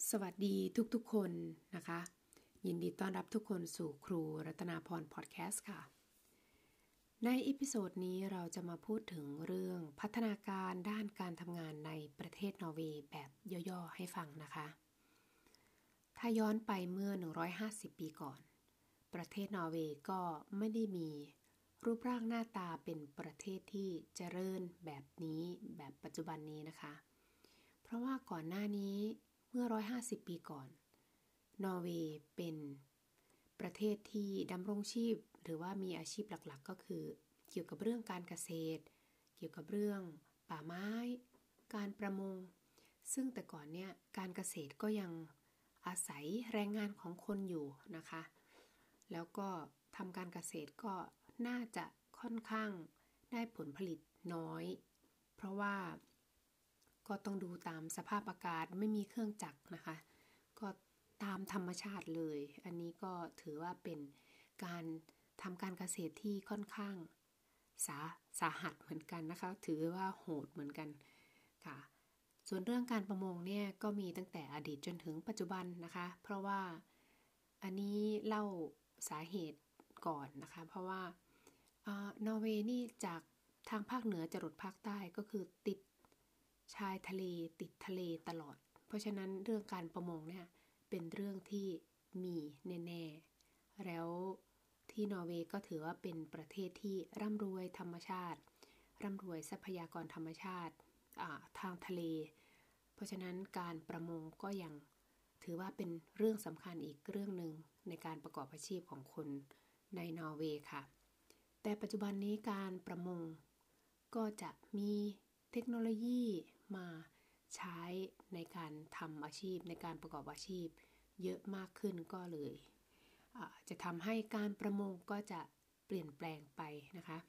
สวัสดีทุกๆคนนะคะยินดีต้อนรับทุกคนสู่ครูรัตนาพรพอดแคสต์ค่ะในเอพิโซดนี้เราจะมาพูดถึงเรื่องพัฒนาการด้านการทำงานในประเทศนอร์เวย์แบบย่อๆให้ฟังนะคะถ้าย้อนไปเมื่อ150ปีก่อนประเทศนอร์เวย์ก็ไม่ได้มีรูปร่างหน้าตาเป็นประเทศที่เจริญแบบนี้แบบปัจจุบันนี้นะคะเพราะว่าก่อนหน้านี้เมื่อ150ปีก่อนนอร์เวย์เป็นประเทศที่ดำรงชีพหรือว่ามีอาชีพหลักๆก็คือเกี่ยวกับเรื่องการเกษตรเกี่ยวกับเรื่องป่าไม้การประมงซึ่งแต่ก่อนเนี่ยการเกษตรก็ยังอาศัยแรงงานของคนอยู่นะคะแล้วก็ทำการเกษตรก็น่าจะค่อนข้างได้ผลผลิตน้อยเพราะว่าก็ต้องดูตามสภาพอากาศไม่มีเครื่องจักรนะคะก็ตามธรรมชาติเลยอันนี้ก็ถือว่าเป็นการทำการเกษตรที่ค่อนข้างสาหัสเหมือนกันนะคะถือว่าโหดเหมือนกันค่ะส่วนเรื่องการประมงเนี่ยก็มีตั้งแต่อดีตจนถึงปัจจุบันนะคะเพราะว่าอันนี้เล่าสาเหตุก่อนนะคะเพราะว่านอร์เวย์นี่จากทางภาคเหนือจรดภาคใต้ก็คือติดชายทะเลติดทะเลตลอดเพราะฉะนั้นเรื่องการประมงเนี่ยเป็นเรื่องที่มีแน่ๆแล้วที่นอร์เวย์ก็ถือว่าเป็นประเทศที่ร่ำรวยธรรมชาติร่ำรวยทรัพยากรธรรมชาติทางทะเลเพราะฉะนั้นการประมงก็ยังถือว่าเป็นเรื่องสำคัญอีกเรื่องหนึ่งในการประกอบอาชีพของคนในนอร์เวย์ค่ะแต่ปัจจุบันนี้การประมงก็จะมีเทคโนโลยีมาใช้ในการทำอาชีพในการประกอบอาชีพเยอะมากขึ้นก็เลยจะทำให้การประมงก็จะเปลี่ยนแปลงไปนะคะ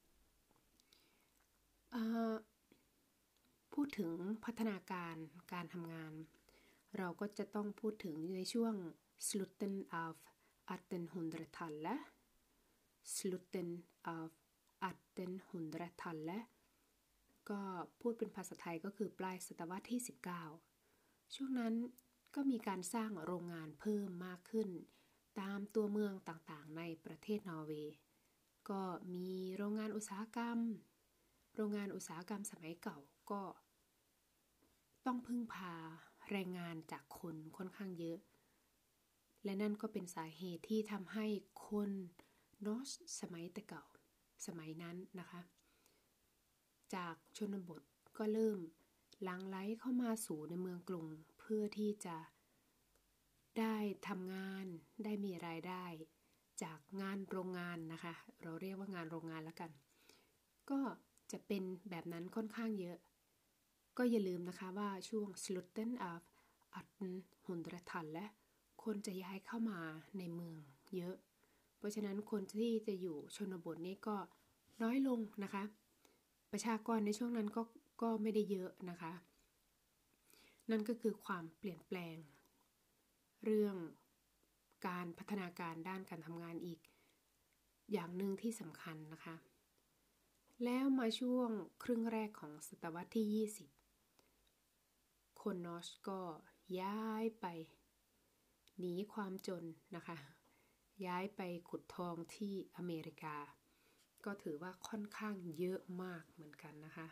พูดถึงพัฒนาการการทำงานเราก็จะต้องพูดถึงในช่วง Slutten av 1800-tallet Slutten av 1800-tallet ก็พูดเป็นภาษาไทยก็คือปลายศตวรรษที่19ช่วงนั้นก็มีการสร้างโรงงานเพิ่มมากขึ้นตามตัวเมืองต่างๆในประเทศนอร์เวย์ก็มีโรงงานอุตสาหกรรมสมัยเก่าก็ต้องพึ่งพาแรงงานจากคนค่อนข้างเยอะและนั่นก็เป็นสาเหตุที่ทำให้คนนอร์สสมัยแต่เก่าสมัยนั้นนะคะจากชนบทก็เริ่มหลั่งไหลเข้ามาสู่ในเมืองกรุงเพื่อที่จะได้ทำงานได้มีรายได้จากงานโรงงานนะคะเราเรียกว่างานโรงงานแล้วกันก็จะเป็นแบบนั้นค่อนข้างเยอะก็อย่าลืมนะคะว่าช่วง Slutten av 1800-tallet และคนจะย้ายเข้ามาในเมืองเยอะเพราะฉะนั้นคนที่จะอยู่ชนบทนี้ก็น้อยลงนะคะประชากรในช่วงนั้นก็ไม่ได้เยอะนะคะนั่นก็คือความเปลี่ยนแปลงเรื่องการพัฒนาการด้านการทำงานอีกอย่างหนึ่งที่สำคัญนะคะแล้วมาช่วงครึ่งแรกของศตวรรษที่20คนนอร์สก็ย้ายไปหนีความจนนะคะย้ายไปขุดทองที่อเมริกาก็ถือว่าค่อนข้างเยอะมากเหมือนกันนะคะ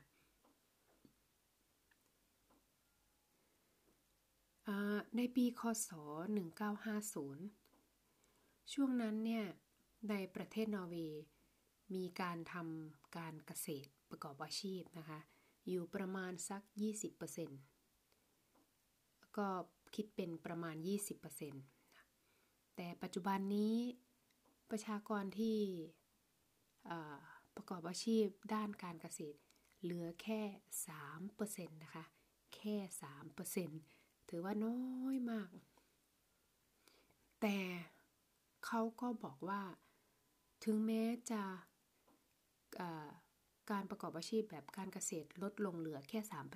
ในปีคศ1950ช่วงนั้นเนี่ยในประเทศนอร์เวย์มีการทำการเกษตรประกอบอาชีพนะคะอยู่ประมาณสัก 20% ก็คิดเป็นประมาณ 20% แต่ปัจจุบันนี้ประชากรที่ประกอบอาชีพด้านการเกษตรเหลือแค่ 3% นะคะแค่ 3%ถือว่าน้อยมากแต่เขาก็บอกว่าถึงแม้จะการประกอบอาชีพแบบการเกษตรลดลงเหลือแค่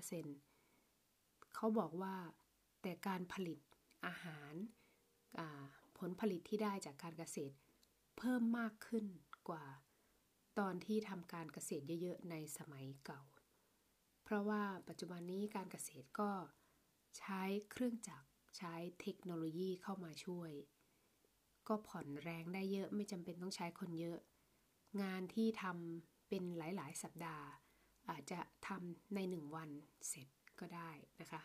3% เขาบอกว่าแต่การผลิตอาหารผลผลิตที่ได้จากการเกษตรเพิ่มมากขึ้นกว่าตอนที่ทำการเกษตรเยอะๆในสมัยเก่าเพราะว่าปัจจุบันนี้การเกษตรก็ใช้เครื่องจักรใช้เทคโนโลยีเข้ามาช่วยก็ผ่อนแรงได้เยอะไม่จำเป็นต้องใช้คนเยอะงานที่ทำเป็นหลายๆสัปดาห์อาจจะทำใน1วันเสร็จก็ได้นะคะ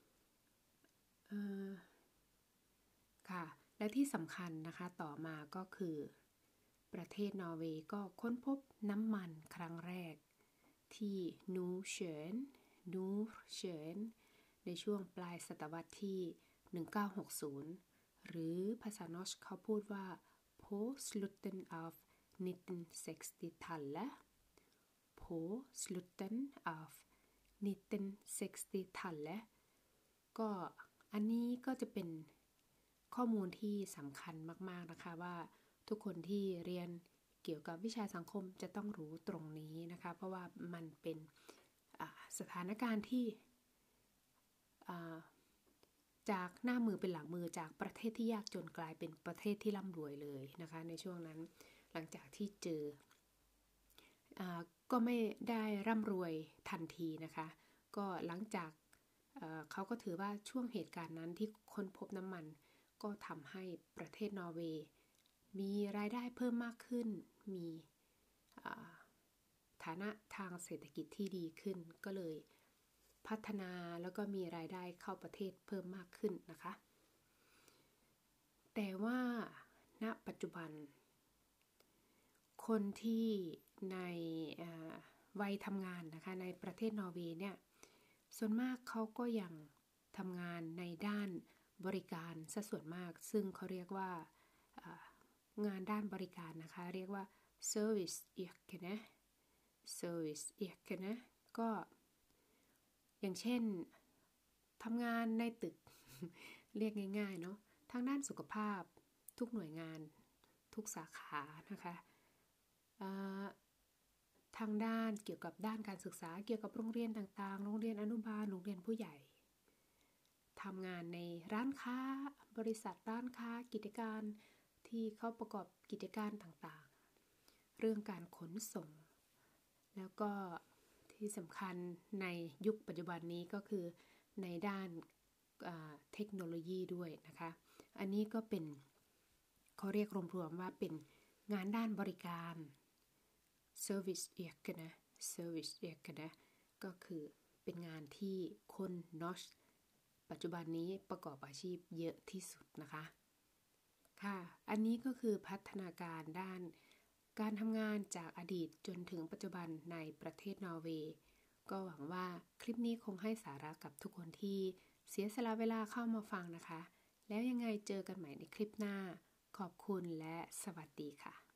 ค่ะและที่สำคัญนะคะต่อมาก็คือประเทศนอร์เวย์ก็ค้นพบน้ำมันครั้งแรกที่นูเฉินในช่วงปลายศตวรรษที่1960หรือภาษานอชเขาพูดว่า på slutten av 1960-tallet på slutten av 1960-tallet ก็อันนี้ก็จะเป็นข้อมูลที่สำคัญมากๆนะคะว่าทุกคนที่เรียนเกี่ยวกับวิชาสังคมจะต้องรู้ตรงนี้นะคะเพราะว่ามันเป็นสถานการณ์ที่จากหน้ามือเป็นหลังมือจากประเทศที่ยากจนกลายเป็นประเทศที่ร่ำรวยเลยนะคะในช่วงนั้นหลังจากที่เจอก็ไม่ได้ร่ำรวยทันทีนะคะก็หลังจากเขาก็ถือว่าช่วงเหตุการณ์นั้นที่ค้นพบน้ำมันก็ทำให้ประเทศนอร์เวย์มีรายได้เพิ่มมากขึ้นมีฐานะทางเศรษฐกิจที่ดีขึ้นก็เลยพัฒนาแล้วก็มีรายได้เข้าประเทศเพิ่มมากขึ้นนะคะแต่ว่าณปัจจุบันคนที่ในวัยทำงานนะคะในประเทศนอร์เวย์เนี่ยส่วนมากเขาก็ยังทำงานในด้านบริการซะส่วนมากซึ่งเขาเรียกว่างานด้านบริการนะคะเรียกว่า service yrkene ก็อย่างเช่นทำงานในตึก เรียกง่ายๆเนาะทางด้านสุขภาพทุกหน่วยงานทุกสาขานะคะทางด้านเกี่ยวกับด้านการศึกษาเกี่ยวกับโรงเรียนต่างๆโรงเรียนอนุบาลโรงเรียนผู้ใหญ่ทำงานในร้านค้าบริษัทร้านค้ากิจการที่เขาประกอบกิจการต่างๆเรื่องการขนส่งแล้วก็ที่สำคัญในยุคปัจจุบันนี้ก็คือในด้านเทคโนโลยีด้วยนะคะอันนี้ก็เป็นเขาเรียกรวมๆว่าเป็นงานด้านบริการ service yrkene ก็คือเป็นงานที่คนนอชปัจจุบันนี้ประกอบอาชีพเยอะที่สุดนะคะค่ะอันนี้ก็คือพัฒนาการด้านการทำงานจากอดีตจนถึงปัจจุบันในประเทศนอร์เวย์ก็หวังว่าคลิปนี้คงให้สาระกับทุกคนที่เสียสละเวลาเข้ามาฟังนะคะแล้วยังไงเจอกันใหม่ในคลิปหน้าขอบคุณและสวัสดีค่ะ